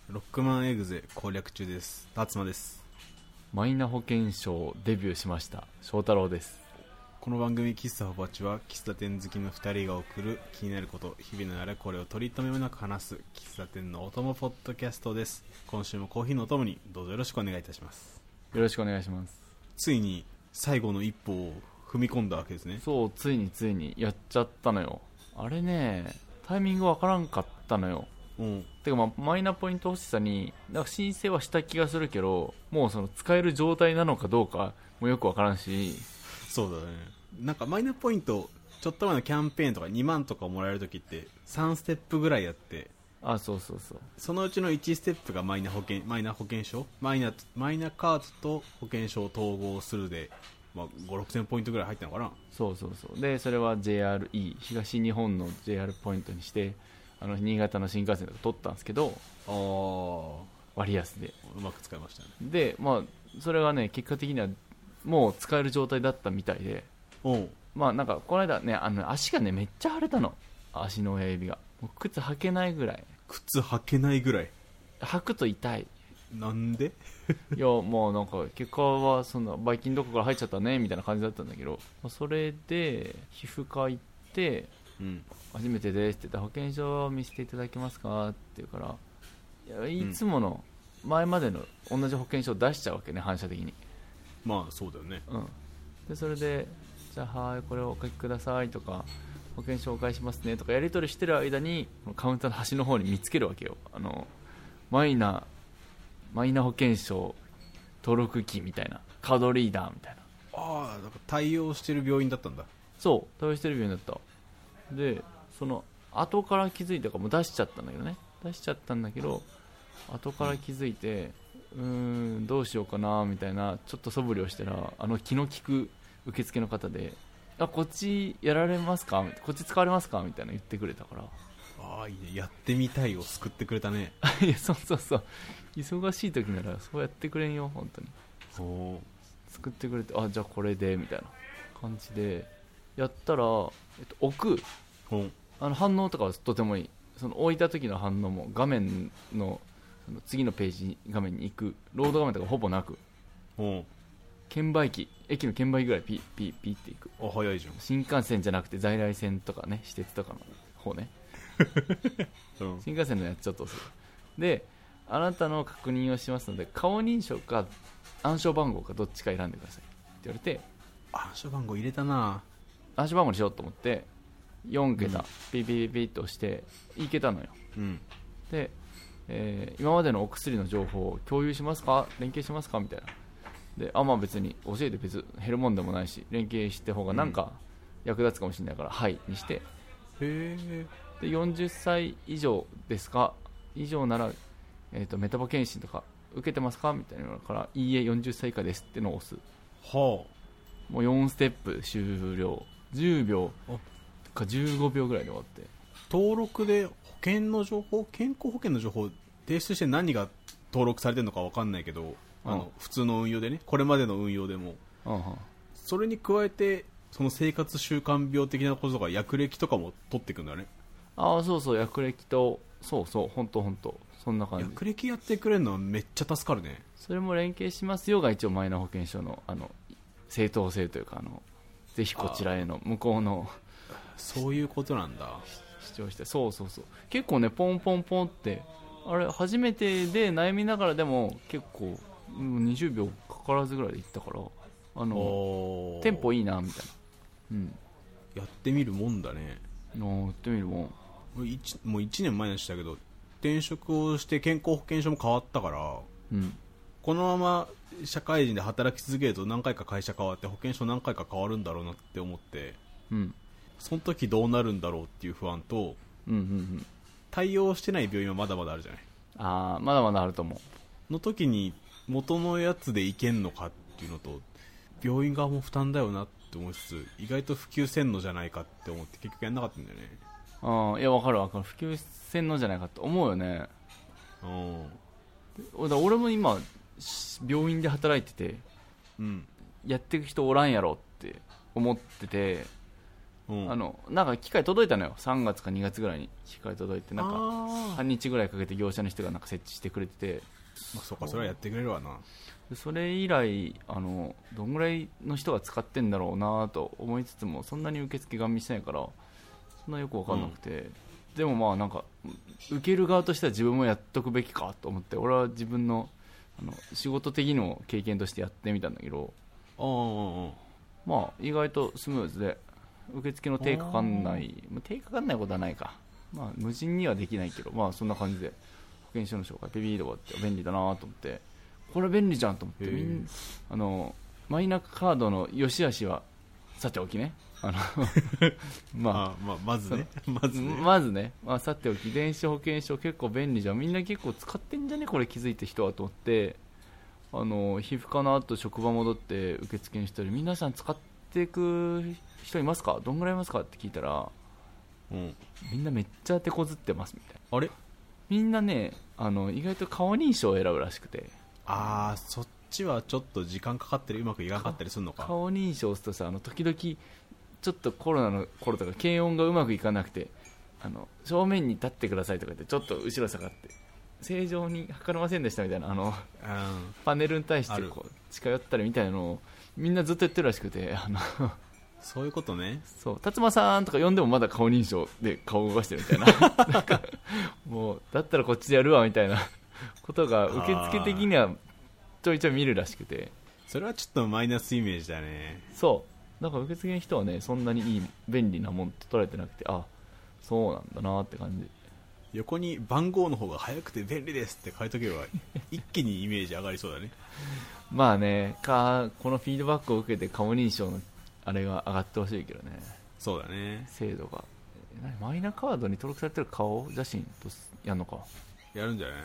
ロックマンエグゼ攻略中です。達馬です。 マイナ保険証デビューしました翔太郎です。 この番組喫茶ホバチは喫茶店好きの2人が送る気になること、日々のあれこれを取り留めもなく話す喫茶店のお供ポッドキャストです。今週もコーヒーのお供にどうぞよろしくお願いいたします。 よろしくお願いします。 ついに最後の一歩を踏み込んだわけですね。 そう、ついにやっちゃったのよ。あれね、タイミングわからんかったのよ。てかマイナポイント欲しさになんか申請はした気がするけど、もうその使える状態なのかどうかもよくわからんし。 そうだね。なんかマイナポイントちょっと前のキャンペーンとか2万とかもらえるときって3ステップぐらいやって、 そう、 そのうちの1ステップがマイナ保険証、マイナカードと保険証を統合するで、5、6000ポイントぐらい入ったのかな。 そうで、それは JRE 東日本の JR ポイントにして、新潟の新幹線とか取ったんですけど、割安でうまく使いましたね。 で、それがね、結果的にはもう使える状態だったみたいで、なんかこの間ね、足がねめっちゃ腫れたの。足の親指がもう靴履けないぐらい。履くと痛い。 なんでいや、もうなんか結果はそんなばい菌どこから入っちゃったねみたいな感じだったんだけど、それで皮膚科行って、初めてですって言ったら、保険証を見せていただけますかって言うから、いつもの前までの同じ保険証を出しちゃうわけね、反射的に。 まあそうだよね。 でそれで、じゃあはい、これをお書きくださいとか、保険証お返しますねとかやり取りしてる間に、カウンターの端の方に見つけるわけよ。マイナ保険証登録機みたいな、カードリーダーみたいな。 なんか対応してる病院だったんだ。 そう、対応してる病院だった。で、その後から気づいたから、もう出しちゃったんだけど後から気づいて、どうしようかなみたいなちょっと素振りをしたら、気の利く受付の方で、こっちやられますか、こっち使われますかみたいな言ってくれたから、 いいね、やってみたいを救ってくれたね。 いや、そう、忙しい時ならそうやってくれんよ、本当に。救ってくれて、じゃあこれでみたいな感じでやったら、置く反応とかはとてもいい。その置いた時の反応も、画面のその次のページ画面に行くロード画面とかほぼなく、券売機、駅の券売機ぐらいピッっていく。 早いじゃん。 新幹線じゃなくて在来線とかね、私鉄とかの方ね新幹線のやつちょっと遅いで、あなたの確認をしますので、顔認証か暗証番号かどっちか選んでくださいって言われて、 暗証番号入れたな。 暗証番号にしようと思って4桁、ピッと押していけたのよ。で、今までのお薬の情報を共有しますか、連携しますかみたいな。で、別に教えて別に減るもんでもないし、連携した方がなんか役立つかもしれないから、はいにして、で40歳以上ですか、以上なら、メタボ検診とか受けてますかみたいなのから、いいえ40歳以下ですってのを押す。もう4ステップ終了。10秒か15秒ぐらいで終わって、 登録で保険の情報、健康保険の情報提出して、何が登録されてるのか分かんないけど、普通の運用でね、これまでの運用でも、それに加えてその生活習慣病的なこととか薬歴とかも取っていくんだね。 そう、薬歴と、そう本当そんな感じ。 薬歴やってくれるのはめっちゃ助かるね。 それも連携しますよが一応マイナ保険証の正当性というか、ぜひこちらへの向こうのそういうことなんだ。 主張して、そう結構ね、ポンって、あれ初めてで悩みながらでも結構20秒かからずぐらいでいったから、テンポいいなみたいな。 やってみるもんだね。 やってみるもん。 もう1年前でしたけど、転職をして健康保険証も変わったから、このまま社会人で働き続けると何回か会社変わって保険証何回か変わるんだろうなって思って、その時どうなるんだろうっていう不安と、対応してない病院はまだまだあるじゃない。 まだまだあると思うの時に元のやつでいけんのかっていうのと、病院側も負担だよなって思いつつ、意外と普及せんのじゃないかって思って結局やんなかったんだよね。 いや、分かる普及せんのじゃないかって思うよね。俺も今病院で働いてて、やっていく人おらんやろって思ってて、 うん、 なんか機械届いたのよ。3月か2月ぐらいに機械届いて、なんか半日ぐらいかけて業者の人がなんか設置してくれてて、 まあ、そうか、それはやってくれるわな。 それ以来どんぐらいの人が使ってんだろうなと思いつつも、そんなに受付ガン見してないからそんなよく分かんなくて、うん、でもまあなんか受ける側としては自分もやっとくべきかと思って、俺は自分の仕事的の経験としてやってみたんだけど、まあ意外とスムーズで、受付の手かかんない、手かかんないことはないか、まあ無人にはできないけど、まあそんな感じで保険証の紹介ピピーとかって便利だなと思って、これ便利じゃんと思って、マイナカードの良し悪しはさておきね、まずねまあ、さておき、電子保険証結構便利じゃん、みんな結構使ってんじゃねこれ気づいた人はと思って、皮膚科の後職場戻って受付の人に皆さん使っていく人いますか、どんぐらいいますかって聞いたら、 うん、 みんなめっちゃ手こずってますみたいな。 あれ、 みんなね、意外と顔認証を選ぶらしくて、 そっちはちょっと時間かかってる、うまくいかなかったりするのか。 顔認証をするとさ、時々ちょっとコロナの頃とか検温がうまくいかなくて、正面に立ってくださいとか言ってちょっと後ろ下がって正常に測れませんでしたみたいなパネルに対してこう近寄ったりみたいなのをみんなずっと言ってるらしくて、 そういうことね。 そう、達馬さんとか呼んでもまだ顔認証で顔を動かしてるみたいななんかもうだったらこっちでやるわみたいなことが受付的にはちょいちょい見るらしくて、 それはちょっとマイナスイメージだね。 そうだから受付の人はね、そんなにいい便利なもんって捉えてなくて、あ、そうなんだなって感じ。 横に番号の方が早くて便利ですって書いとけば一気にイメージ上がりそうだねまあね、このフィードバックを受けて顔認証のあれが上がってほしいけどね。 そうだね、 精度が。マイナカードに登録されてる顔写真とやるのか。 やるんじゃない。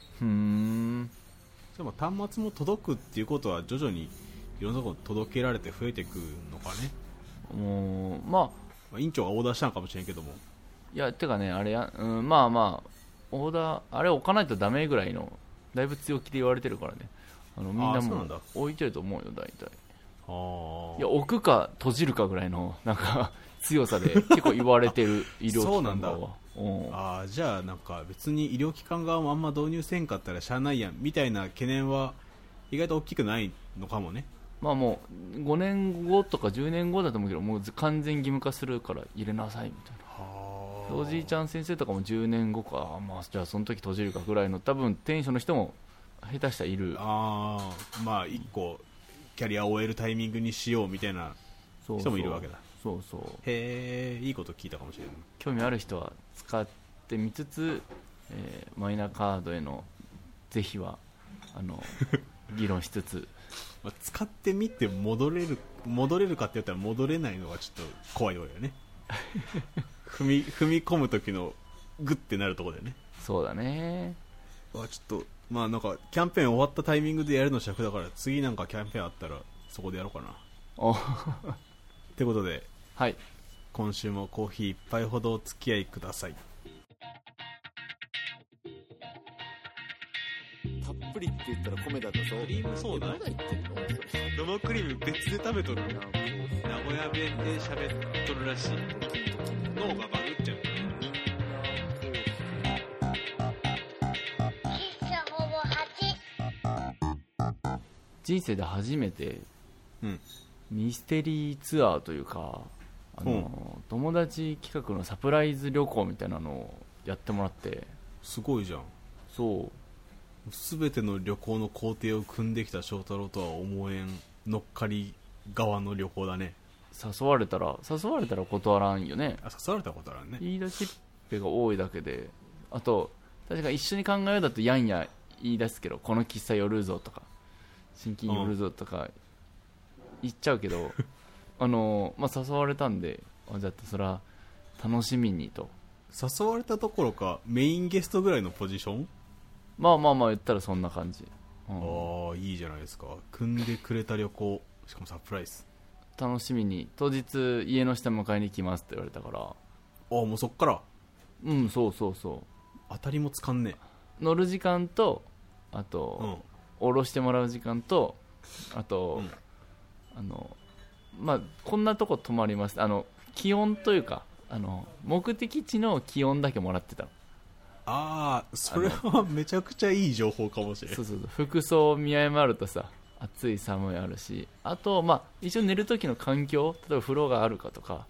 でも端末も届くっていうことは徐々にいろんなところ届けられて増えていくのかね。 もうまあ院長がオーダーしたのかもしれんけども、 いやてかね、あれや、まあまあオーダーあれ置かないとダメぐらいのだいぶ強気で言われてるからね。みんなも置いてると思うよ大体。いや置くか閉じるかぐらいのなんか強さで結構言われてる医療機関側はじゃあなんか別に医療機関側もあんま導入せんかったらしゃあないやんみたいな懸念は意外と大きくないのかもね。 まあもう5年後とか10年後だと思うけど、もう完全義務化するから入れなさいみたいな。おじいちゃん先生とかも10年後か、まあ、じゃあその時閉じるかぐらいの多分テンションの人も下手したらいる。 まあ1個キャリアを終えるタイミングにしようみたいな人もいるわけだ。 そうそう、 へえ、いいこと聞いたかもしれない。 興味ある人は使ってみつつ、マイナカードへの是非は議論しつつ使ってみて戻れるかって言ったら戻れないのがちょっと怖いわよね踏み込む時のグッてなるところだよね。そうだね。ちょっとまあなんかキャンペーン終わったタイミングでやるの尺だから、次なんかキャンペーンあったらそこでやろうかなってことで、 はい、 今週もコーヒー一杯ほどお付き合いください。 たっぷりって言ったら米だったぞ。 クリームソーダまだ言ってんの生クリーム別で食べとる。名古屋弁で喋っとるらしい。脳がバグっちゃう。 人生で初めて、ミステリーツアーというか友達企画のサプライズ旅行みたいなのをやってもらって。 すごいじゃん。 そう、 全ての旅行の工程を組んできた翔太郎とは思えん乗っかり側の旅行だね。 誘われたら断らんよね。 誘われたら断らんね。 言い出しっぺが多いだけで、あと確か一緒に考えようだとやんや言い出すけど、この喫茶寄るぞとか新規寄るぞとか言っちゃうけどまあ、誘われたんで、じゃあそれは楽しみにと。 誘われたところかメインゲストぐらいのポジション。 まあ言ったらそんな感じ。 いいじゃないですか。組んでくれた旅行、しかもサプライズ。 楽しみに当日家の下迎えに行きますって言われたから。 もうそっから。 そう当たりもつかんね。 乗る時間と、あと、降ろしてもらう時間と、あと、まあこんなとこ泊まります、 気温というか目的地の気温だけもらってたの。 ああ、それはめちゃくちゃいい情報かもしれない。 そうそうそう、服装を見誤るとさ、暑い寒いあるし、あとまあ一応寝る時の環境、例えば風呂があるかとか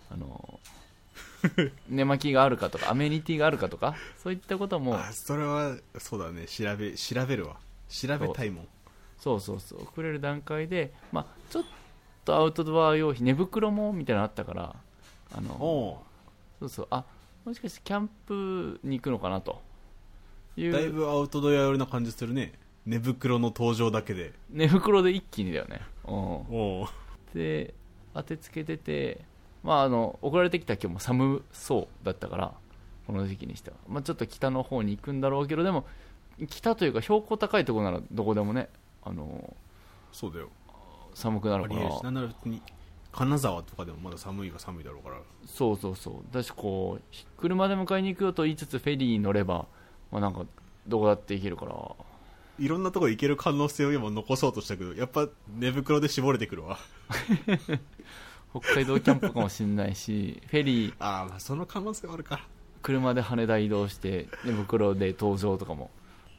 寝巻きがあるかとかアメニティがあるかとか、そういったことも。 それはそうだね、調べるわ。調べたいもん。 そうそうそう、くれる段階で、まあ、ちょっとアウトドア用品、寝袋もみたいなのあったから、そうそう、もしかしてキャンプに行くのかなという。 だいぶアウトドア寄りな感じするね、寝袋の登場だけで。 寝袋で一気にだよね。 おで当てつけてて、まあ、送られてきた今日も寒そうだったから、この時期にしては、まあ、ちょっと北の方に行くんだろうけど、でも北というか標高高いところならどこでもね、 そうだよ、 寒くなるから。 なんなら別に金沢とかでもまだ寒いが寒いだろうから。 そうそうそう、だしこう車で迎えに行くよと言いつつフェリーに乗れば、まあ、なんかどこだって行けるから、 いろんなとこ行ける可能性を今残そうとしたけど、やっぱ寝袋で絞れてくるわ。 北海道キャンプかもしれないし、フェリー、 まあその可能性はあるか。 車で羽田移動して寝袋で登場とかも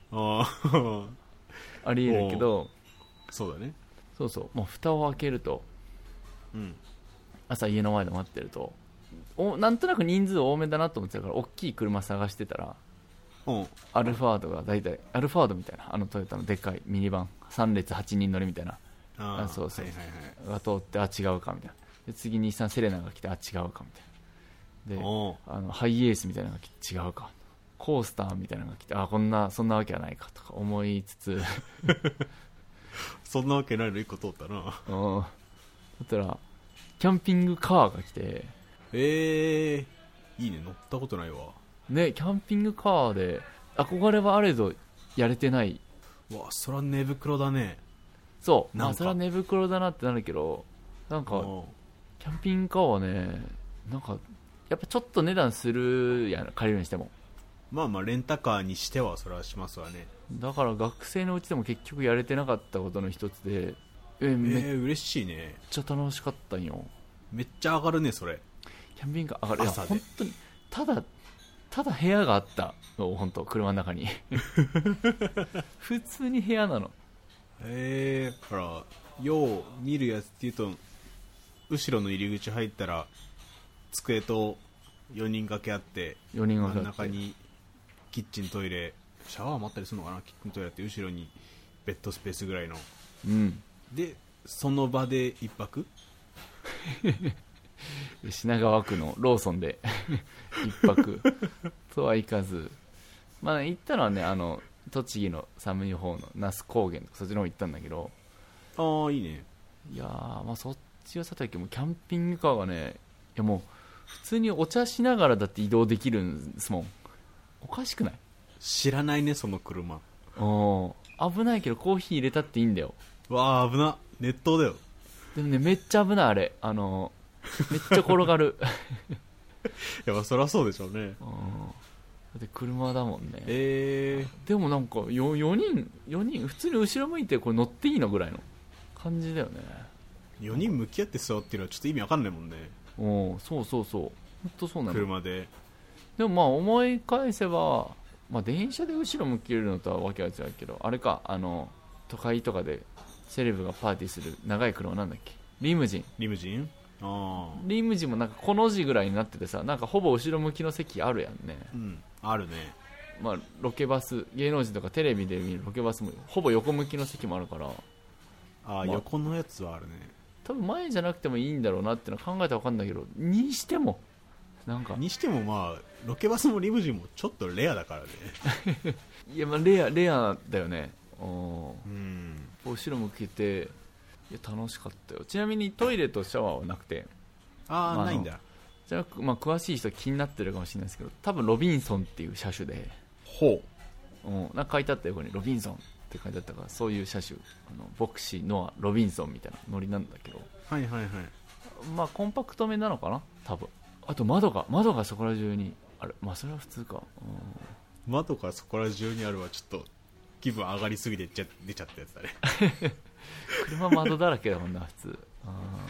ありえるけど、 そうだね。 そうそう、もう蓋を開けると、朝家の前で待ってると、なんとなく人数多めだなと思ってたから、大きい車探してたら、アルファードが大体アルファードみたいな、トヨタのでっかいミニバン3列8人乗りみたいな、そうそう、が通って、違うかみたいな。で次日産セレナが来て、違うかみたいな。でハイエースみたいなのが来て、違うか、コースターみたいなのが来て、そんなわけはないかとか思いつつそんなわけないの1個通ったな。 だったらキャンピングカーが来て、 いいね、乗ったことないわ。 ね、キャンピングカーで憧れはあれどやれてない。 わ、そら寝袋だね。 そう、まあそれは寝袋だなってなるけど、なんかキャンピングカーはね、なんかやっぱちょっと値段するやん、借りるにしても。 まあまあレンタカーにしてはそれはしますわね。 だから学生のうちでも結局やれてなかったことの一つで、 嬉しいね。 めっちゃ楽しかったんよ。 めっちゃ上がるね、それ。 キャンピングカー上がる。いや本当にただ部屋があったの、本当車の中に普通に部屋なの。 だからよう見るやつっていうと、後ろの入り口入ったら机と4人掛けあって、 4人掛け真ん中にキッチントイレ、シャワーもあったりするのかな、キッチントイレあって、後ろにベッドスペースぐらいの、でその場で一泊品川区のローソンで一泊とはいかず、まあ、行ったのはね、栃木の寒い方の那須高原とかそっちの方行ったんだけど、 いいね。 いやー、まあ、そっちはさておき、もうキャンピングカーがね、いやもう普通にお茶しながらだって移動できるんですもん。おかしくない？ 知らないね、その車。 危ないけどコーヒー入れたっていいんだよ。 わあ、危な、熱湯だよ。 でもね、めっちゃ危ない、あれ。めっちゃ転がるやっぱそりゃそうでしょうね。 だって車だもんね。 でもなんか4人普通に後ろ向いてこれ乗っていいのぐらいの感じだよね。 4人向き合って座っていうのはちょっと意味わかんないもんね。 そうそうそう、本当そうなの。 車で。 でもまあ思い返せば、まあ、電車で後ろ向けるのとはわけは違うけど、あれか、都会とかでセレブがパーティーする長い車、なんだっけ、リムジン。 リムジンもなんかこの字ぐらいになっててさ、なんかほぼ後ろ向きの席あるやんね。 あるね。 まあ、ロケバス、芸能人とかテレビで見るロケバスもほぼ横向きの席もあるから、 横のやつはあるね。 多分前じゃなくてもいいんだろうなってのは考えたら分かんないけど、にしてもまあロケバスもリムジンもちょっとレアだからねいや、まあレアだよね。後ろ向けて、いや楽しかったよ。ちなみにトイレとシャワーはなくて、 ないんだ。 じゃあ、まあ、詳しい人気になってるかもしれないですけど、多分ロビンソンっていう車種で、なんか書いてあった横にロビンソンって書いてあったから、そういう車種、ボクシーノアロビンソンみたいなノリなんだけど、まあコンパクトめなのかな多分。あと窓がそこら中にある。まあそれは普通か。 窓がそこら中にあるはちょっと気分上がりすぎて出ちゃったやつだね車窓だらけだもんな普通。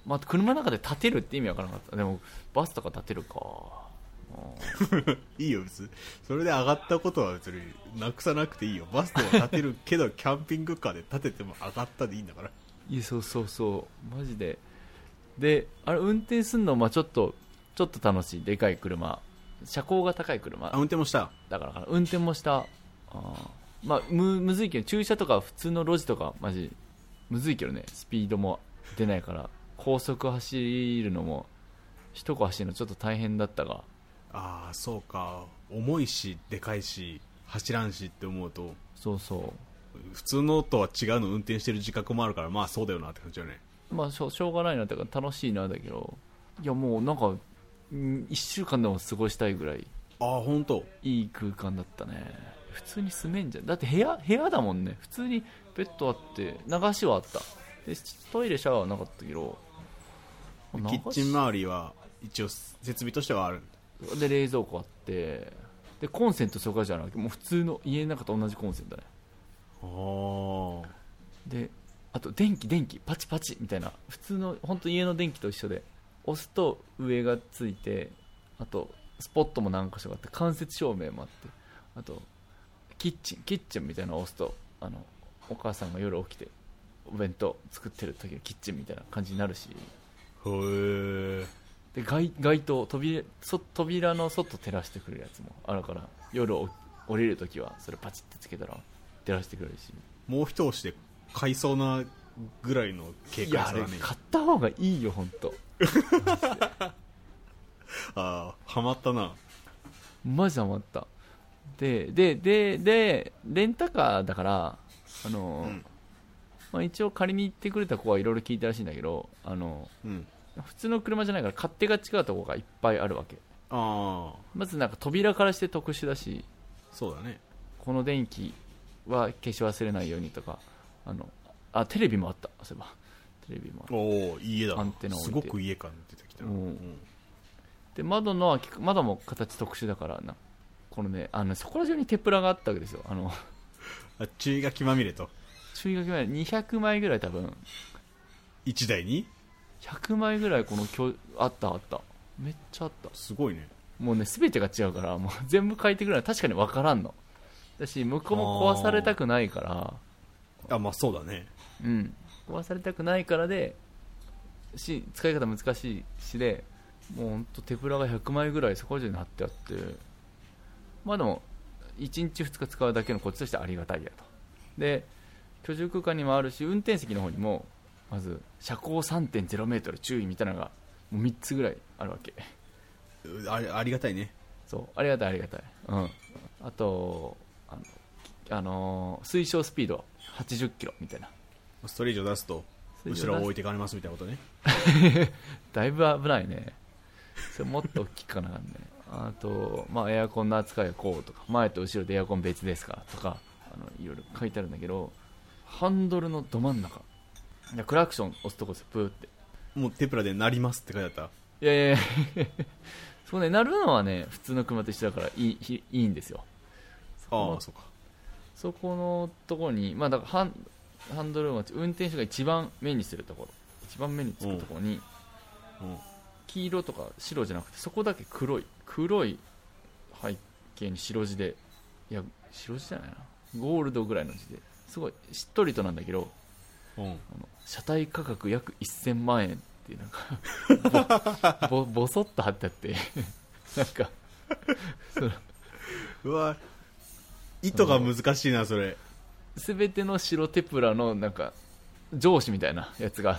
まあ、車の中で立てるって意味わからなかった。でもバスとか立てるかいいよ別にそれで上がったことは別になくさなくていいよ。バスでは立てるけどキャンピングカーで立てても上がったでいいんだから。 いやそうそうそうマジで。であれ運転するのまあちょっと楽しい。でかい車、車高が高い車。 運転もしただから運転もした。まあむずいけど、駐車とか普通の路地とかマジむずいけどね。スピードも出ないから高速走るのも首都高走るのちょっと大変だったが。 ああそうか、重いしでかいし走らんしって思うと、 そうそう普通のとは違うの運転してる自覚もあるから、まあそうだよなって感じだよね。 まあしょうがないなってか楽しいなだけど、いやもうなんか1週間でも過ごしたいぐらい。 ああ本当いい空間だったね。普通に住めんじゃん。だって部屋だもんね。普通にベッドあって流しはあった。でトイレシャワーはなかったけど、 キッチン周りは一応設備としてはある。 で冷蔵庫あって、でコンセントそこじゃなくてもう普通の家の中と同じコンセントね。 あであと電気パチパチみたいな、普通の本当家の電気と一緒で、押すと上がついて、あとスポットも何箇所かあって、間接照明もあって、あとキッチンみたいなのを押すとお母さんが夜起きてお弁当作ってる時のキッチンみたいな感じになるし、 へえ。 で街灯扉の外照らしてくれるやつもあるから、夜降りるときはそれパチってつけたら照らしてくれるし、 もう一押しで買いそうなぐらいの軽快さだね。 いやあれ買った方がいいよ本当。 ああハマったな。 マジハマった。でレンタカーだからまあ、一応借りに行ってくれた子はいろいろ聞いたらしいんだけど、普通の車じゃないから勝手が違うところがいっぱいあるわけ。 あまずなんか扉からして特殊だし、 そうだね。 この電気は消し忘れないようにとか、テレビもあった。そういえばテレビもあった。 おおいい家だな。 アンテナ置いてすごく家感出てきたな。 で窓も形特殊だからな、このねそこら中に天ぷらがあったわけですよ。 注意書きまみれと注意書きまで200枚ぐらい、多分 1台に 100枚ぐらいあっためっちゃあった。 すごいね。 もうね全てが違うからもう全部書いてくれない。確かに分からんのだし、向こうも壊されたくないから。 あまあそうだね。 壊されたくないからで使い方難しいしで、もうほんと手ぶらが100枚ぐらいそこら中に貼ってあって、まあでも1日2日使うだけのこっちとしてはありがたいやと。で居住空間にもあるし、運転席の方にもまず車高 3.0 メートル注意みたいなのがもう3つぐらいあるわけ。 ありがたいね。 そうありがたい、あと推奨スピード80キロみたいな。 それ以上出すと後ろを置いていかれますみたいなことね。 だいぶ危ないね。それもっと大きくかなね。あと、まあ、エアコンの扱いはこうとか、前と後ろでエアコン別ですからとか、いろいろ書いてあるんだけど、ハンドルのど真ん中、クラクション押すとこですよ、プーって。 もうテプラで鳴りますって書いてあった。 いやそうね、鳴るのはね普通の車と一緒だからいいんですよ。 ああそうか。 そこのところに、まあ、だからハンドルは運転手が一番目にするところ、一番目につくところに、黄色とか白じゃなくて、そこだけ黒い背景に白地で、いや白地じゃないな、ゴールドぐらいの字ですごいしっとりとなんだけど、車体価格約1000万円ってなんかボソッと貼ってあってなんかうわ意図が難しいなそれ。 全ての白テプラのなんか上司みたいなやつが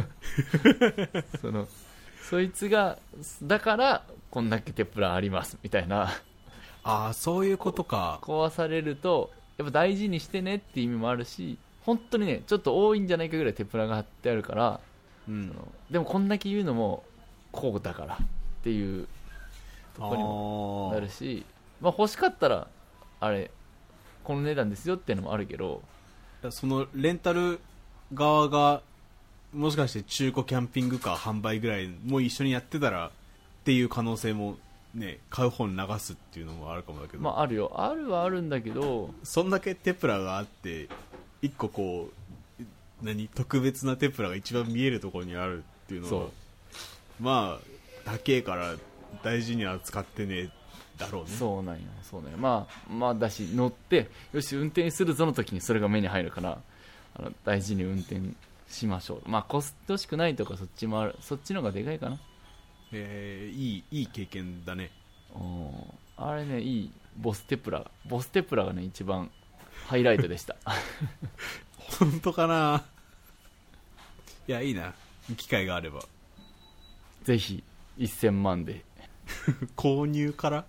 そいつがだからこんだけテプラありますみたいな。 ああそういうことか。 壊されるとやっぱ大事にしてねって意味もあるし、本当にねちょっと多いんじゃないかぐらいテプラが貼ってあるから、でもこんだけ言うのもこうだからっていうところにもなるし、まあ、欲しかったらあれこの値段ですよっていうのもあるけど、 そのレンタル側がもしかして中古キャンピングカー販売ぐらいも一緒にやってたらっていう可能性もね、買う方に流すっていうのもあるかもだけど、 まああるよ、あるはあるんだけど、 そんだけテプラがあって一個こう特別なテプラが一番見えるところにあるっっていうのはまあ高えから大事に扱ってねえだろうね。 そうなんよまあだし乗ってよし運転するぞの時にそれが目に入るから大事に運転しましょう。まあコストしくないとかそっちもある、そっちの方がでかいかな。 いい経験だね。 あれね、いいボステプラがね一番ハイライトでした本当かな。いやいいな、機会があればぜひ1000万で購入から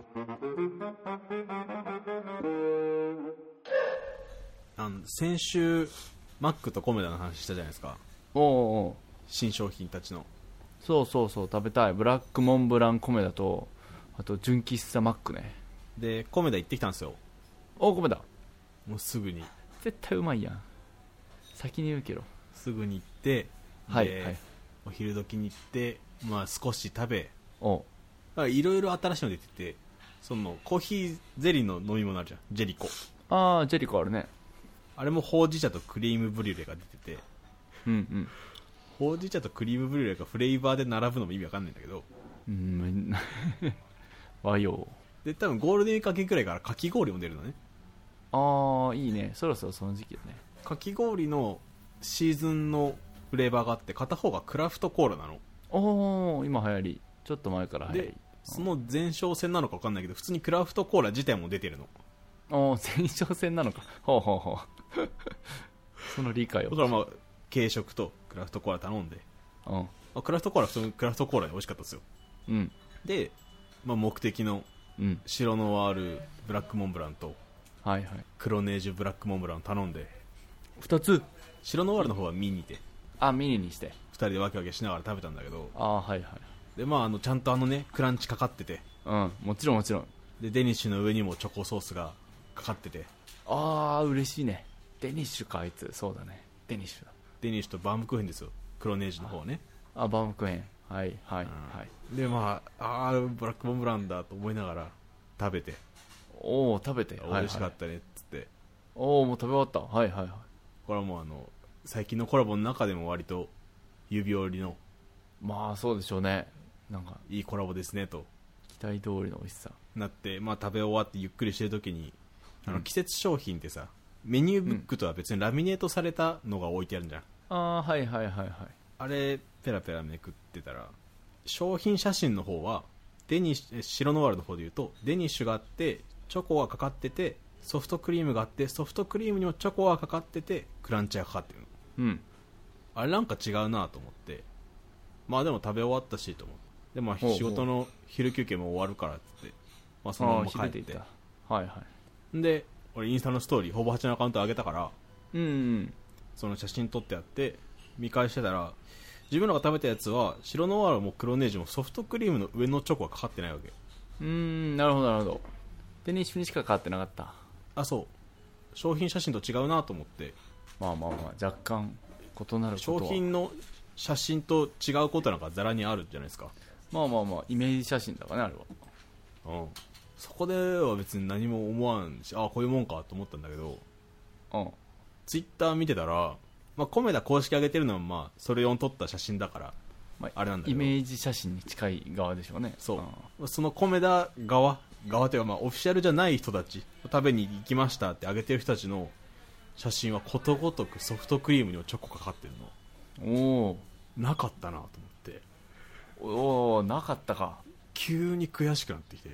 先週マックとコメダの話したじゃないですか。 おう新商品たちの。 そう食べたいブラックモンブランコメダとあと純喫茶マックね。 でコメダ行ってきたんですよ。 コメダもうすぐに絶対うまいやん。先に言うけどすぐに行って、 はい、 お昼時に行って、まあ、少し食べ、 いろいろ新しいの出てて、そのコーヒーゼリーの飲み物あるじゃん、ジェリコ。 ああジェリコあるね。 あれもほうじ茶とクリームブリュレが出てて、ほうじ茶とクリームブリュレがフレーバーで並ぶのも意味わかんないんだけど、 和洋で多分ゴールデンウィーク明けくらいからかき氷も出るのね。 ああいいね、そろそろその時期だね。 かき氷のシーズンのフレーバーがあって、片方がクラフトコーラなの。 今流行り、ちょっと前から流行り。 でその前哨戦なのか分かんないけど、普通にクラフトコーラ自体も出てるの。 前哨戦なのか。その理解を。 だからまあ軽食とクラフトコーラ頼んで、クラフトコーラ普通にクラフトコーラで美味しかったですよ。で、まあ、目的の白ノワールブラックモンブランと黒ネージュブラックモンブラン頼んで、 2つ。 白ノワールの方はミニでミニにして 2人でわけわけしながら食べたんだけど、 でまあちゃんとクランチかかってて、 もちろんでデニッシュの上にもチョコソースがかかってて、 嬉しいね。デニッシュか、あいつ。そうだね、デニッシュだ。 デニッシュとバームクーヘンですよ、黒ネージュの方ね。 バームクーヘン、 でまあブラックモンブランだと思いながら食べて、 食べて美味しかったねっつって、 もう食べ終わった。これはもう最近のコラボの中でも割と指折りの、 まあそうでしょうね、なんかいいコラボですねと期待通りの美味しさなって、まあ、食べ終わってゆっくりしてる時に季節商品ってさ、メニューブックとは別にラミネートされたのが置いてあるじゃん。あれペラペラめくってたら、商品写真の方は白ノワールの方でいうとデニッシュがあってチョコがかかってて、ソフトクリームがあってソフトクリームにもチョコがかかっててクランチがかかってるの。あれなんか違うなと思って、まあでも食べ終わったしと思って、でも仕事の昼休憩も終わるからって言って、まあ、そのまま帰って、で俺インスタのストーリーほぼ8のアカウント上げたから、その写真撮ってあって見返してたら、自分らが食べたやつは白ノワールも黒ネージュもソフトクリームの上のチョコがかかってないわけ。 なるほど。デニッシュにしかかかってなかった。 そう商品写真と違うなと思って、 若干異なることは、 商品の写真と違うことなんかざらにあるじゃないですか。 イメージ写真だからね、あれは。 そこでは別に何も思わんし、こういうもんかと思ったんだけど、ツイッター見てたら、コメダ公式上げてるのはそれを撮った写真だから、あれなんだけど、 イメージ写真に近い側でしょうね。 そのコメダ側というか、オフィシャルじゃない人たち、食べに行きましたって上げてる人たちの写真はことごとくソフトクリームにチョコかかってるの。なかったなと思って、 なかったか。 急に悔しくなってきて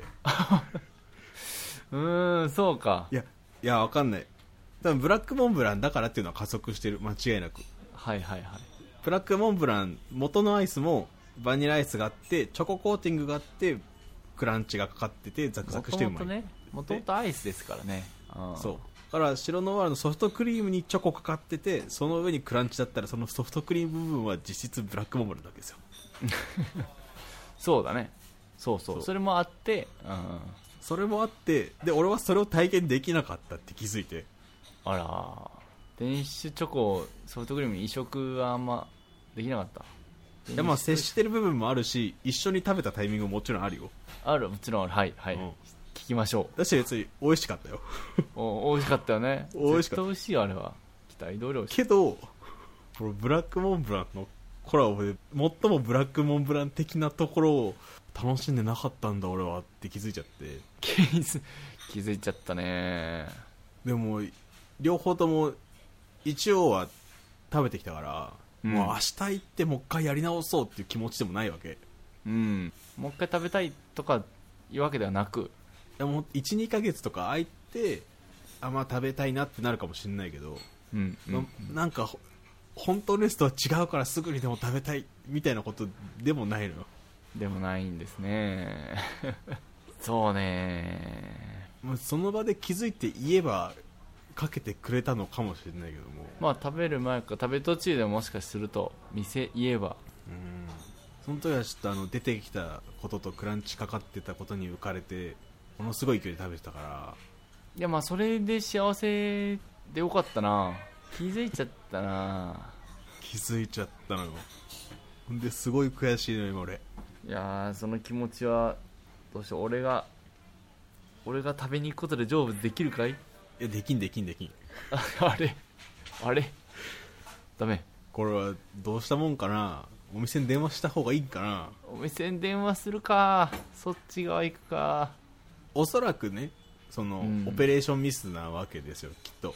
そうか。 いやわかんない、多分ブラックモンブランだからっていうのは加速してる、間違いなく。ブラックモンブラン元のアイスもバニラアイスがあってチョココーティングがあってクランチがかかっててザクザクしてうまい。 もともとアイスですからね。 そうだから白ノワールのソフトクリームにチョコかかってて、その上にクランチだったら、そのソフトクリーム部分は実質ブラックモンブランだけですよそうだね。それもあって、 それもあって、で俺はそれを体験できなかったって気づいて、 デニッシュチョコソフトクリームに移植はあんまできなかった。 いや接してる部分もあるし、一緒に食べたタイミングももちろんあるよ。 もちろんある。聞きましょう。 だし別に美味しかったよ美味しかったよね。 美味しかった。 絶対美味しいよ、あれは。期待通り美味しいけどブラックモンブランのコラボで最もブラックモンブラン的なところを楽しんでなかったんだ俺はって気づいちゃって。 気づいちゃったね。 でも両方とも一応は食べてきたから、もう明日行ってもう一回やり直そうっていう気持ちでもないわけ。 もう一回食べたいとかいうわけではなく、 いやもう 1,2 ヶ月とか空いてまあ食べたいなってなるかもしれないけど、なんか本当のレスとは違うからすぐにでも食べたいみたいなことでもないのよ。 でもないんですね。そうね。 その場で気づいて言えばかけてくれたのかもしれないけども、 まあ食べる前か食べ途中でもしかすると店言えば、 その時はちょっと出てきたこととクランチかかってたことに浮かれてものすごい勢いで食べてたから。 いやまあそれで幸せでよかったな。気づいちゃったな。 気づいちゃったのよ。ほんですごい悔しいのよ今俺。 いやその気持ちはどうしよう。俺が食べに行くことで成仏できるかい？いやできんあれダメ。 これはどうしたもんかな。お店に電話した方がいいかな。 お店に電話するか、そっち側行くか。 おそらくね、その、オペレーションミスなわけですよきっと。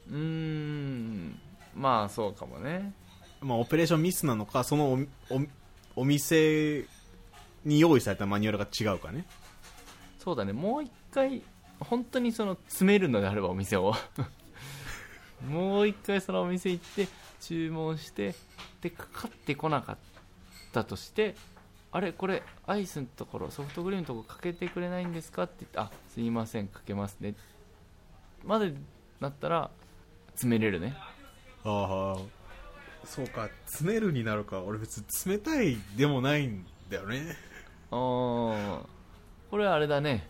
まあそうかもね。 まあオペレーションミスなのか、そのお店に用意されたマニュアルが違うかね。 そうだね。もう一回本当にその詰めるのであればお店をもう一回そのお店行って注文してでかかってこなかったとして、あれこれアイスのところソフトクリームのところかけてくれないんですかって言って、すいませんかけますねまでなったら詰めれるね。 そうか、詰めるになるか。俺別に冷たいでもないんだよね。 これはあれだね。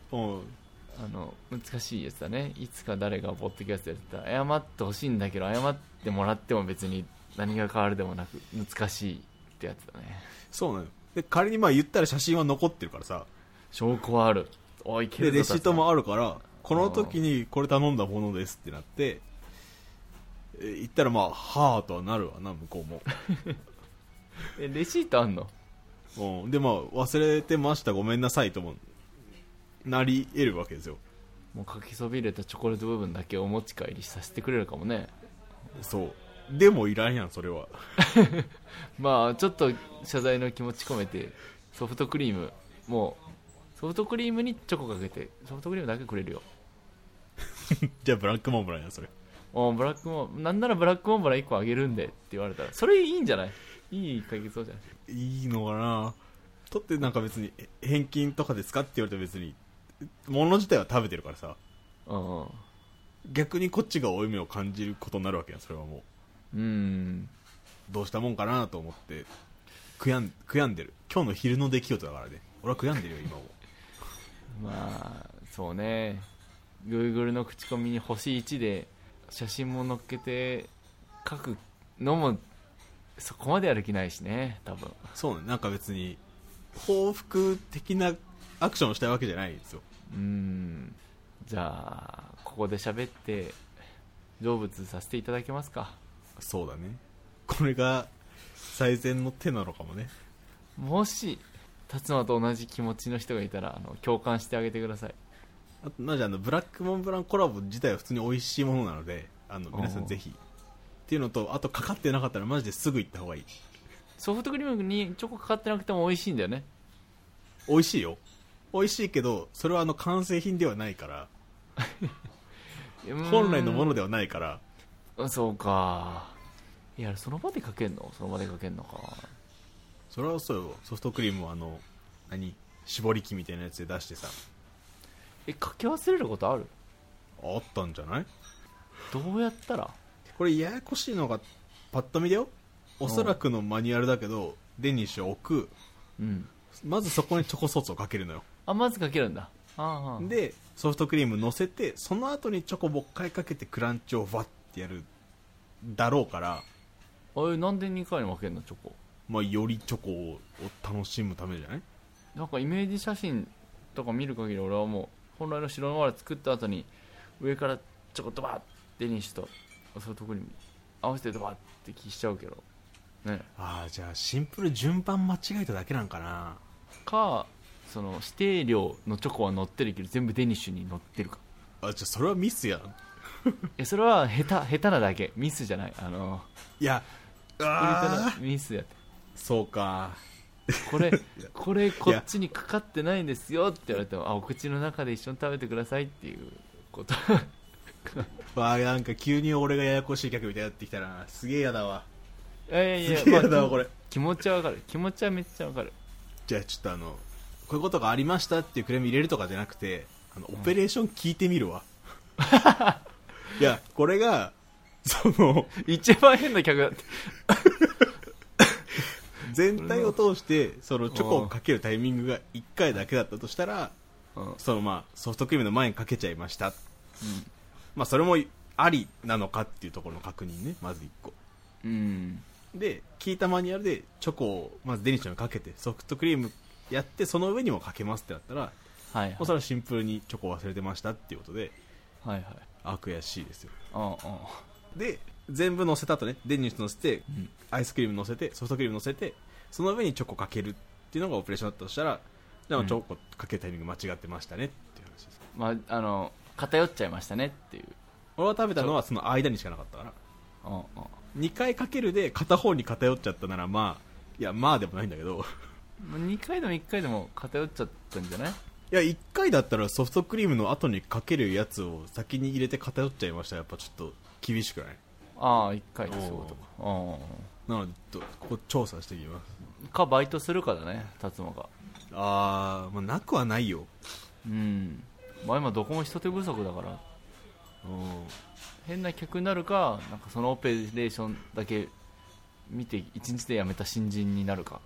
難しいやつだね。いつか誰がポッドキャストやってたら謝ってほしいんだけど謝ってもらっても別に何が変わるでもなく難しいってやつだね。 そうなの。で仮にまあ言ったら写真は残ってるからさ、 証拠はある。 でレシートもあるから、この時にこれ頼んだものですってなって言ったらまあはぁとはなるわな向こうも。 レシートあんの？ でまあ忘れてましたごめんなさいともなり得るわけですよ。 もう書きそびれたチョコレート部分だけお持ち帰りさせてくれるかもね。 そうでもいらんやんそれは。 まあちょっと謝罪の気持ち込めてソフトクリーム、もうソフトクリームにチョコかけてソフトクリームだけくれるよ。 じゃあブラックモンブランやそれ。 なんならブラックモンブラン1個あげるんでって言われたらそれいいんじゃない？いい解決そうじゃない？ いいのかな。とってなんか別に返金とかですかって言われたら別に物自体は食べてるからさ、逆にこっちが負い目を感じることになるわけや。それはもうどうしたもんかなと思って悔やんでる。今日の昼の出来事だからね。俺は悔やんでるよ今も。 まあそうね。 Google の口コミに星1で写真も載っけて書くのもそこまでやる気ないしね多分。 そうね。なんか別に報復的なアクションをしたいわけじゃないんですよ。 じゃあここで喋って成仏させていただけますか。 そうだね。これが最善の手なのかもね。 もし辰馬と同じ気持ちの人がいたら共感してあげてください。 あとマジブラックモンブランコラボ自体は普通に美味しいものなので皆さんぜひっていうのと、あとかかってなかったらマジですぐ行った方がいい。 ソフトクリームにチョコかかってなくても美味しいんだよね。 美味しいよ。美味しいけどそれは完成品ではないから本来のものではないから。 そうか。いやその場でかけんの？その場でかけんのか。 それはそうよ。ソフトクリームを絞り器みたいなやつで出してさ。 かけ忘れることある？ あったんじゃない？ どうやったら？ これややこしいのがパッと見だよ。おそらくのマニュアルだけどデニッシュを置く、まずそこにチョコソースをかけるのよ。 まずかけるんだ。 でソフトクリーム乗せてその後にチョコもう一回かけてクランチをワッてやるだろうから。 なんで2回に分けるのチョコ？ まあよりチョコを楽しむためじゃない？ なんかイメージ写真とか見る限り俺はもう本来の白のまで作った後に上からチョコドバッデニッシュとソフトクリーム合わせてドバッて消しちゃうけど。 ね、 じゃあシンプル順番間違えただけなんかな。 かその指定量のチョコは乗ってるけど全部デニッシュに乗ってるか。 じゃあそれはミスやん。 いやそれは下手なだけ、ミスじゃない。 いやミスやって。 そうか。 これこっちにかかってないんですよって言われても、お口の中で一緒に食べてくださいっていうことなんか急に俺がややこしい客みたいになってきたな。すげえやだわ。 いやすげえやだわこれ。 気持ちはわかる、気持ちはめっちゃわかる。 じゃあちょっとこういうことがありましたっていうクレーム入れるとかじゃなくて、オペレーション聞いてみるわ。いやこれが一番変な客だって全体を通してそのチョコをかけるタイミングが1回だけだったとしたら、ソフトクリームの前にかけちゃいました、それもありなのかっていうところの確認ね、まず1個、で聞いたマニュアルでチョコをまずデニッシュにかけてソフトクリームやってその上にもかけますってなったら、もうそれはシンプルにチョコを忘れてましたっていうことで、悔しいですよ。で全部乗せた後ね、デニッシュ乗せて、アイスクリーム乗せてソフトクリーム乗せてその上にチョコかけるっていうのがオペレーションだったとしたら、じゃあチョコかけるタイミング間違ってましたねっていう話です。 偏っちゃいましたねっていう。 俺は食べたのはその間にしかなかったから、2回かけるで片方に偏っちゃったならいやでもないんだけど 2回でも1回でも偏っちゃったんじゃない？ いや1回だったらソフトクリームの後にかけるやつを先に入れて偏っちゃいましたらやっぱちょっと厳しくない？ 1回でそういうことか。 なのでここ調査していきます。 かバイトするかだね、辰馬が。 なくはないよ。 今どこも人手不足だから、変な客になるか、なんかそのオペレーションだけ見て1日で辞めた新人になるか。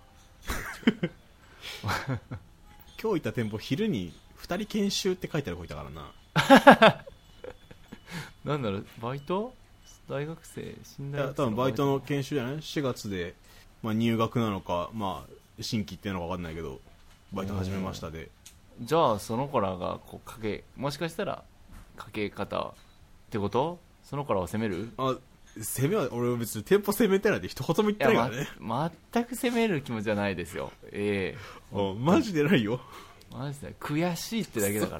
今日行った店舗昼に2人研修って書いてある子いたからな。 なんだろう、バイト？大学生？新大学生？ 多分バイトの研修じゃない？ 4 月で、入学なのか、新規っていうのか分かんないけどバイト始めましたで。 じゃあその子らがもしかしたらかけ方ってこと？その子らを責める？ 俺は別に店舗責めてないで一言も言ってないからね。 全く責める気持ちはないですよ。 マジでないよ。 マジで悔しいってだけだから。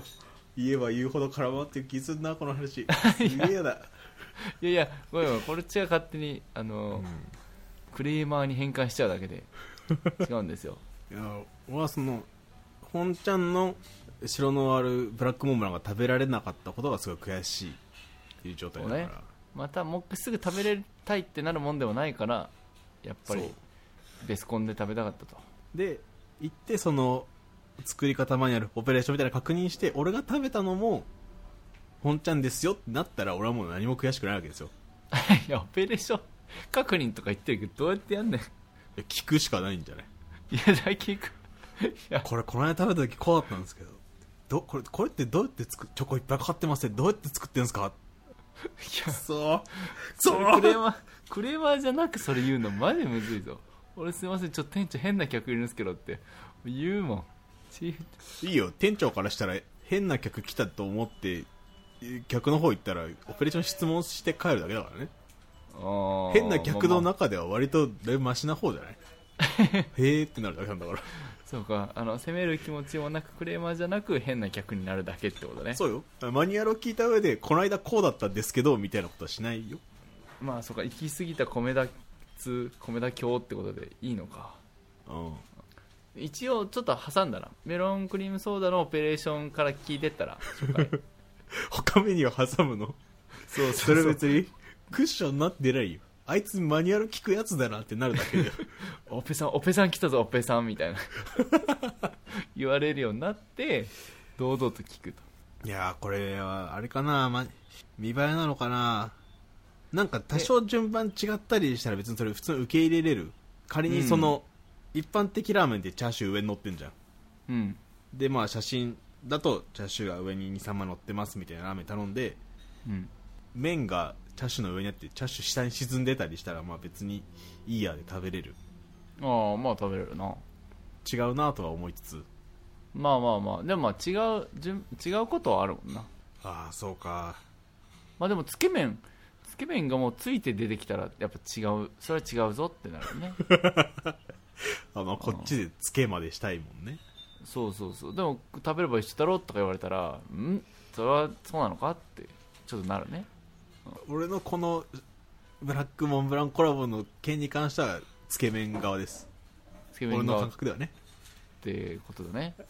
言えば言うほど絡まってる気すんなこの話。すげえやだ。 いやごめん、こっちが勝手にクレーマーに変換しちゃうだけで違うんですよ。 俺は本ちゃんの白のあるブラックモンブランが食べられなかったことがすごい悔しいっていう状態だから、 またもうすぐ食べれたいってなるもんでもないから、やっぱりベスコンで食べたかったと。 で行ってその作り方マニュアルオペレーションみたいな確認して、俺が食べたのも本ちゃんですよってなったら俺はもう何も悔しくないわけですよ。 いやオペレーション確認とか言ってるけどどうやってやんねん。 聞くしかないんじゃない？ いやだ聞く。 これこの間食べた時こうだったんですけど、これってどうやってチョコいっぱいかかってますね、どうやって作ってんですか？ いやそうクレーマーじゃなくそれ言うのマジむずいぞ。俺すいませんちょっと店長変な客いるんですけどって言うもん。 いいよ、店長からしたら変な客来たと思って客の方行ったらオペレーション質問して帰るだけだからね。変な客の中では割とだいぶマシな方じゃない？へーってなるだけなんだから。 そうか、責める気持ちもなくクレーマーじゃなく変な客になるだけってことね。 そうよ、マニュアルを聞いた上でこの間こうだったんですけどみたいなことはしないよ。 そうか、行き過ぎた米田教ってことでいいのか。一応ちょっと挟んだらメロンクリームソーダのオペレーションから聞いてったら他メニュー挟むの？ そうそれ別にクッションになってないよ。あいつマニュアル聞くやつだなってなるだけだよ。 オペさん来たぞオペさんみたいな言われるようになって堂々と聞くと。 いやこれはあれかな、見栄えなのかな。なんか多少順番違ったりしたら別にそれ普通に受け入れれる。仮に一般的ラーメンってチャーシュー上に乗ってんじゃん。で写真だとチャーシューが上に 2,3 枚乗ってますみたいなラーメン頼んで、麺がチャーシューの上にあってチャーシュー下に沈んでたりしたら別にいいやで食べれる。 食べれるな。 違うなとは思いつつ、でも違うことはあるもんな。 そうか。 でもつけ麺け麺がもうついて出てきたらやっぱ違う、それは違うぞってなるねこっちでつけまでしたいもんね。 そうそうそう。でも食べれば一緒だろとか言われたら、それはそうなのかってちょっとなるね。 俺のこのブラックモンブランコラボの件に関してはつけ麺側です。 つけ麺側俺の感覚ではねってことだね。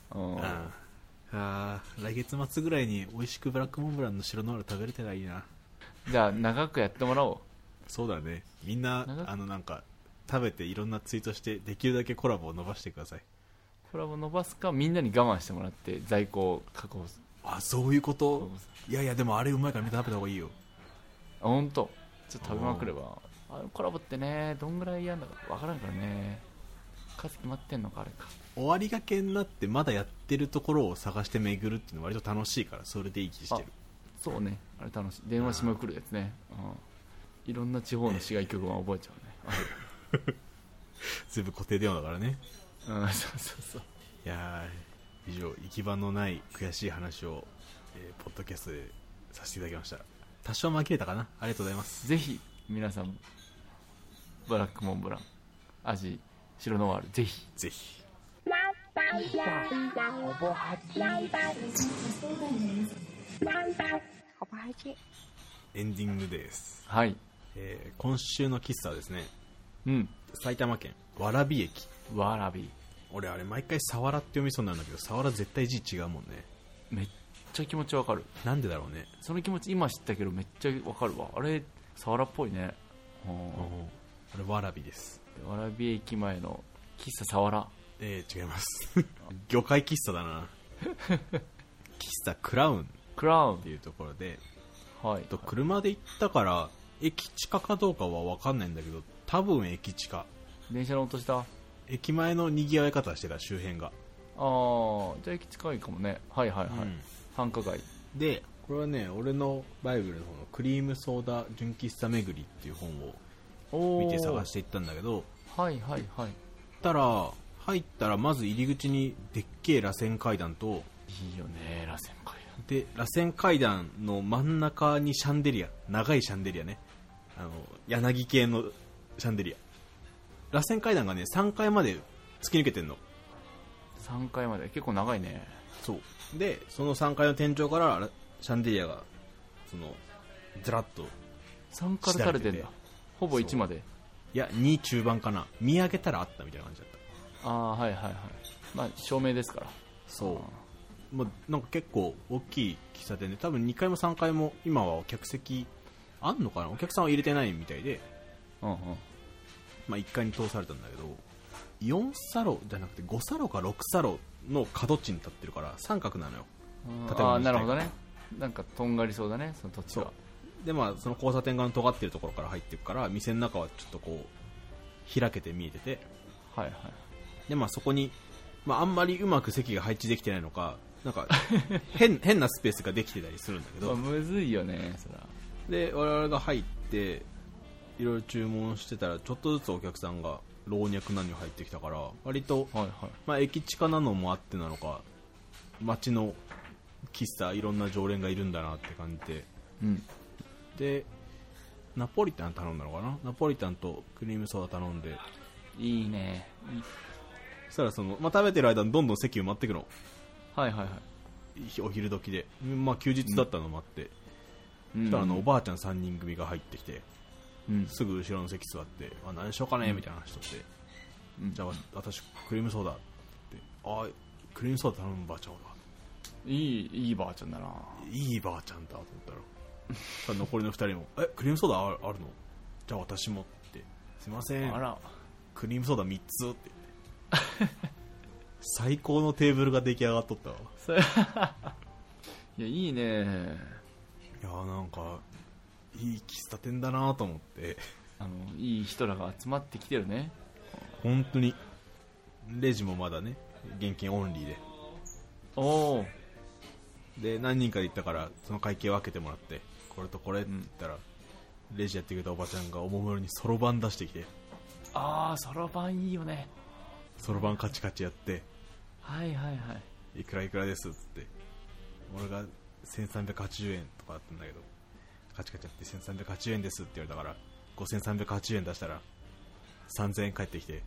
来月末ぐらいに美味しくブラックモンブランの白ノワール食べれたらいいな。 じゃあ長くやってもらおう。 そうだね。みんななんか食べていろんなツイートしてできるだけコラボを伸ばしてください。 コラボ伸ばすか、みんなに我慢してもらって在庫を確保する。 そういうこと。いやいや、でもあれうまいからみんな食べた方がいいよ。 ほんとちょっと食べまくれば。コラボってね、どんぐらいやんだか分からんからね。数決まってんのかあれか。 終わりがけになってまだやってるところを探して巡るっていうのは割と楽しいから、それでいい気してる。 そうね、あれ楽しい。電話しまくるやつね。いろんな地方の市街局番覚えちゃうね。 全部固定電話だからね。 そうそうそう。 いやー、以上行き場のない悔しい話を、ポッドキャストでさせていただきました。多少紛れたかな。ありがとうございます。 ぜひ皆さんブラックモンブラン味白ノワールぜひぜひ。エンディングです。 はい。 今週の喫茶はですね、埼玉県蕨駅。 蕨。 俺あれ毎回サワラって読みそうになるんだけど、サワラ絶対字違うもんね。 めっちゃ気持ちわかる。 なんでだろうね。 その気持ち今知ったけどめっちゃわかるわ。あれサワラっぽいね。 あれ蕨です。 蕨駅前の喫茶サワラ。 違います魚介喫茶だな喫茶クラウンっていうところで、 はい、 車で行ったから駅近かどうかは分かんないんだけど、多分駅近。 電車の音した。 駅前の賑わい方してた、周辺が。 じゃあ駅近いかもね。はいはいはい、繁華街で、これはね、俺のバイブルの方のクリームソーダ純喫茶巡りっていう本を見て探していったんだけど、 はいはいはい。 入ったらまず入り口にでっけえ螺旋階段と、 いいよね螺旋階段で、螺旋階段の真ん中にシャンデリア、長いシャンデリアね、柳系のシャンデリア。螺旋階段がね3階まで突き抜けてんの。 3階まで結構長いね。 そうで、その3階の天井からシャンデリアがずらっと 3から垂れてんだ。ほぼ1まで。 いや2中盤かな。見上げたらあったみたいな感じだった。 はいはいはい。まあ照明ですから。 そう、なんか結構大きい喫茶店で、多分2階も3階も今は客席あんのかな。お客さんは入れてないみたいで、1階に通されたんだけど、4サロじゃなくて5サロか6サロの角地に立ってるから三角なのよ、建物自体が。 なるほどね。なんかとんがりそうだね、その土地が。 で、その交差点側の尖ってるところから入っていくから、店の中はちょっとこう開けて見えてて、 はいはい。 でそこに、あんまりうまく席が配置できてないのか、なんか変なスペースができてたりするんだけどむずいよねそら。 で、我々が入っていろいろ注文してたら、ちょっとずつお客さんが老若男女入ってきたから、割と、駅近なのもあってなのか、街の喫茶いろんな常連がいるんだなって感じで、でナポリタン頼んだのかな。ナポリタンとクリームソーダ頼んで、 いいね。 そしたら食べてる間にどんどん席埋まってくの。 はいはいはい。 お昼時で、休日だったのもあって、そしたらおばあちゃん3人組が入ってきて、すぐ後ろの席座って、何しようかねみたいな話とって、じゃあ私クリームソーダって、クリームソーダ頼むばあちゃんだ。 いいばあちゃんだな。 いいばあちゃんだと思ったら残りの2人もクリームソーダあるの、じゃあ私もって、すいません、クリームソーダ3つって言って最高のテーブルが出来上がっとったわいや、いいね。 いや、なんかいい喫茶店だなと思って、 いい人らが集まってきてるね。 本当に。レジもまだね現金オンリーで、何人かで行ったからその会計を分けてもらって、これとこれって言ったら、レジやってくれたおばちゃんがおもむろにそろばん出してきて、 そろばんいいよね。 そろばんカチカチやって、 はいはいはい、 いくらいくらですっつって、俺が1380円とかだったんだけど、 カチカチやって1380円ですって言われたから5380円出したら3000円返ってきて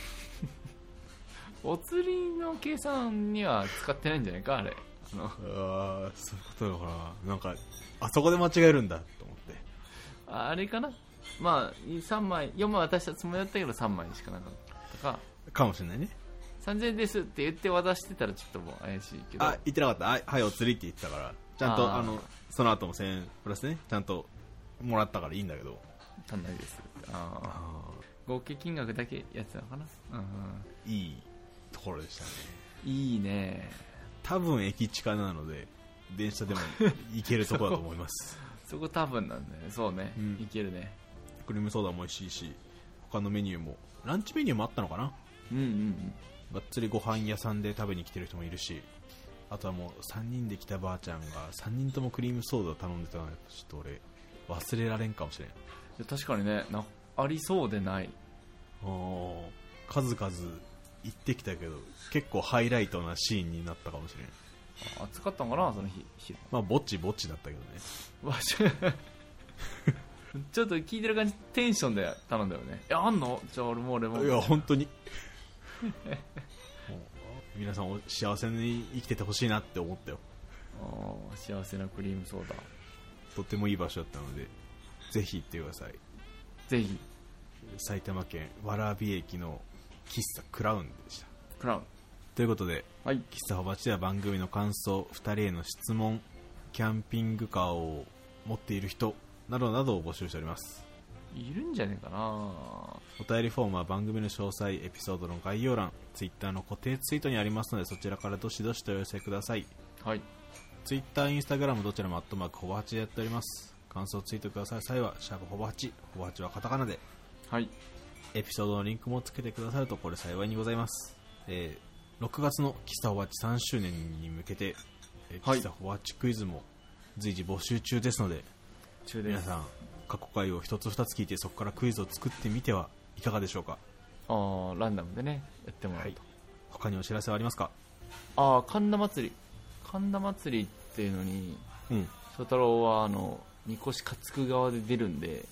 お釣りの計算には使ってないんじゃないかあれ。 そういうことだからなんかあそこで間違えるんだと思って。 あれかな、まあ3枚4枚渡したつもりだったけど3枚しかなかったかもしれないね。 3000円ですって言って渡してたらちょっともう怪しいけど。 言ってなかった。はいお釣りって言ってたからちゃんとその後も1000円プラスねちゃんともらったからいいんだけど足んないです。合計金額だけやってたのかな。 いいところでしたね。 いいね。 多分駅近なので電車でも行けるところだと思いますそこ多分なんだよね。そうね、行けるね。 クリームソーダも美味しいし他のメニューもランチメニューもあったのかな。がっつりご飯屋さんで食べに来てる人もいるし、あとはもう3人で来たばあちゃんが3人ともクリームソーダ頼んでたのでちょっと俺忘れられんかもしれん。 確かにねありそうでない。 数々行ってきたけど結構ハイライトなシーンになったかもしれん。 暑かったのかなその日。 まあぼっちだったけどねちょっと聞いてる感じテンションで頼んだよね。あんのじゃあ俺もいや本当に皆さん幸せに生きててほしいなって思ったよ。 幸せなクリームソーダとてもいい場所だったのでぜひ行ってください。 ぜひ。 埼玉県蕨駅の喫茶クラウンでした。 クラウンということで、 はい、 喫茶ほばちでは番組の感想、2人への質問、キャンピングカーを持っている人などなどを募集しております。 いるんじゃねえかな。 お便りフォームは番組の詳細、エピソードの概要欄、ツイッターの固定ツイートにありますのでそちらからどしどしとお寄せください。 はい。 ツイッター、インスタグラムどちらも@ほぼ8でやっております。感想をツイートください際はシャープほぼ8、ほぼ8はカタカナで。 はい。 エピソードのリンクもつけてくださるとこれ幸いにございます。6月の喫茶ほぼ8 3周年に向けて、喫茶ほぼ8クイズも随時募集中ですので、皆さん過去回を一つ二つ聞いてそこからクイズを作ってみてはいかがでしょうか。 ランダムでねやってもらうと、 他にお知らせはありますか。 神田祭りっていうのに、翔太郎はみこし担ぐ側で出るんで。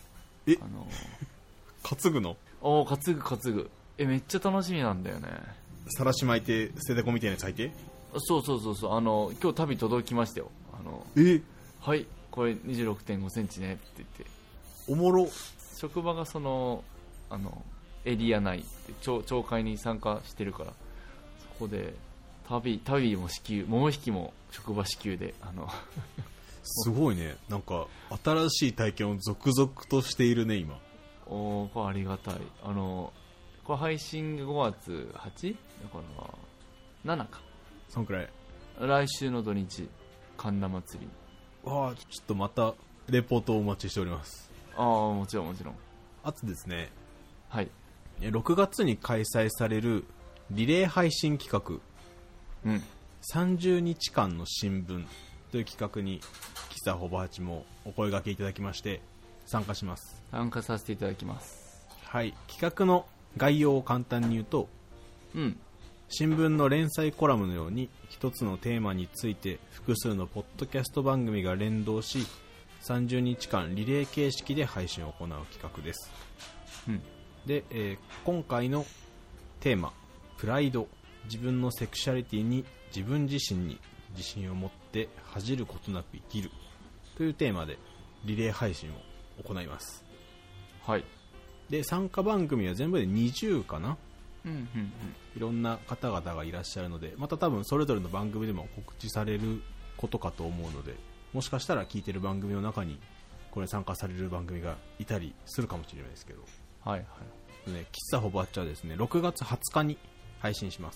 担ぐの？ 担ぐ。めっちゃ楽しみなんだよね。 さらし巻いて捨ててこみたいなやつ履いて。 そう今日旅届きましたよ。はいこれ 26.5 センチねって言って。 おもろ。 職場がエリア内で町会に参加してるからそこで旅も支給桃引きも職場支給ですごいね。なんか新しい体験を続々としているね今。 これありがたい。これ配信が5月 8? だから7かそんくらい。 来週の土日神田祭り。 ちょっとまたレポートをお待ちしております。 もちろん。 あとですね、 はい、 6月に開催されるリレー配信企画、30日間の新聞という企画に喫茶ほぼ8もお声掛けいただきまして参加します。 参加させていただきます。 はい。企画の概要を簡単に言うと、新聞の連載コラムのように一つのテーマについて複数のポッドキャスト番組が連動し30日間リレー形式で配信を行う企画です。で、今回のテーマプライド、自分のセクシャリティに自分自身に自信を持って恥じることなく生きるというテーマでリレー配信を行います。 はい。 で参加番組は全部で20かな。いろんな方々がいらっしゃるのでまた多分それぞれの番組でも告知されることかと思うのでもしかしたら聞いてる番組の中にこれ参加される番組がいたりするかもしれないですけど、 はいはい。 ね、喫茶ほぼ8はですね6月20日に配信します。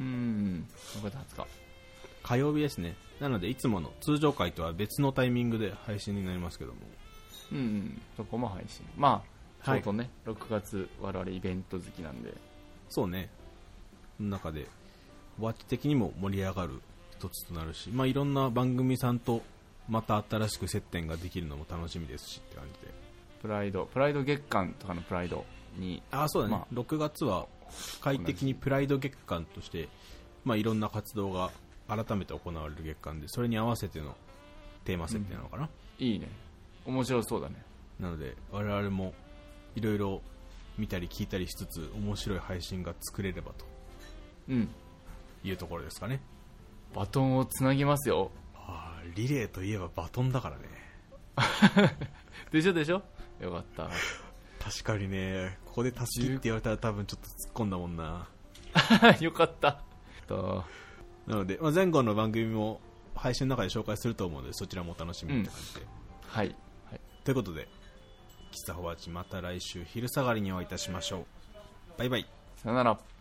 6月20日火曜日ですね。なのでいつもの通常回とは別のタイミングで配信になりますけども、 そこも配信。まあちょうどね、6月我々イベント好きなんで。 そうね。その中でワッチ的にも盛り上がる一つとなるし、いろんな番組さんとまた新しく接点ができるのも楽しみですしって感じで。 プライド月間とかのプライドにそうだね、6月は快適にプライド月間として、いろんな活動が改めて行われる月間でそれに合わせてのテーマ設定なのかな。 いいね。 面白そうだね。 なので我々もいろいろ見たり聞いたりしつつ面白い配信が作れればというところですかね。 バトンをつなぎますよ。 リレーといえばバトンだからね。 でしょでしょ。よかった。 確かにね、ここでたすきって言われたら多分ちょっと突っ込んだもんな。 よかったなので、前後の番組も配信の中で紹介すると思うので、そちらもお楽しみにって感じで、 はい、はい、 ということで喫茶ホワチまた来週昼下がりにお会いいたしましょう。バイバイ。 さよなら。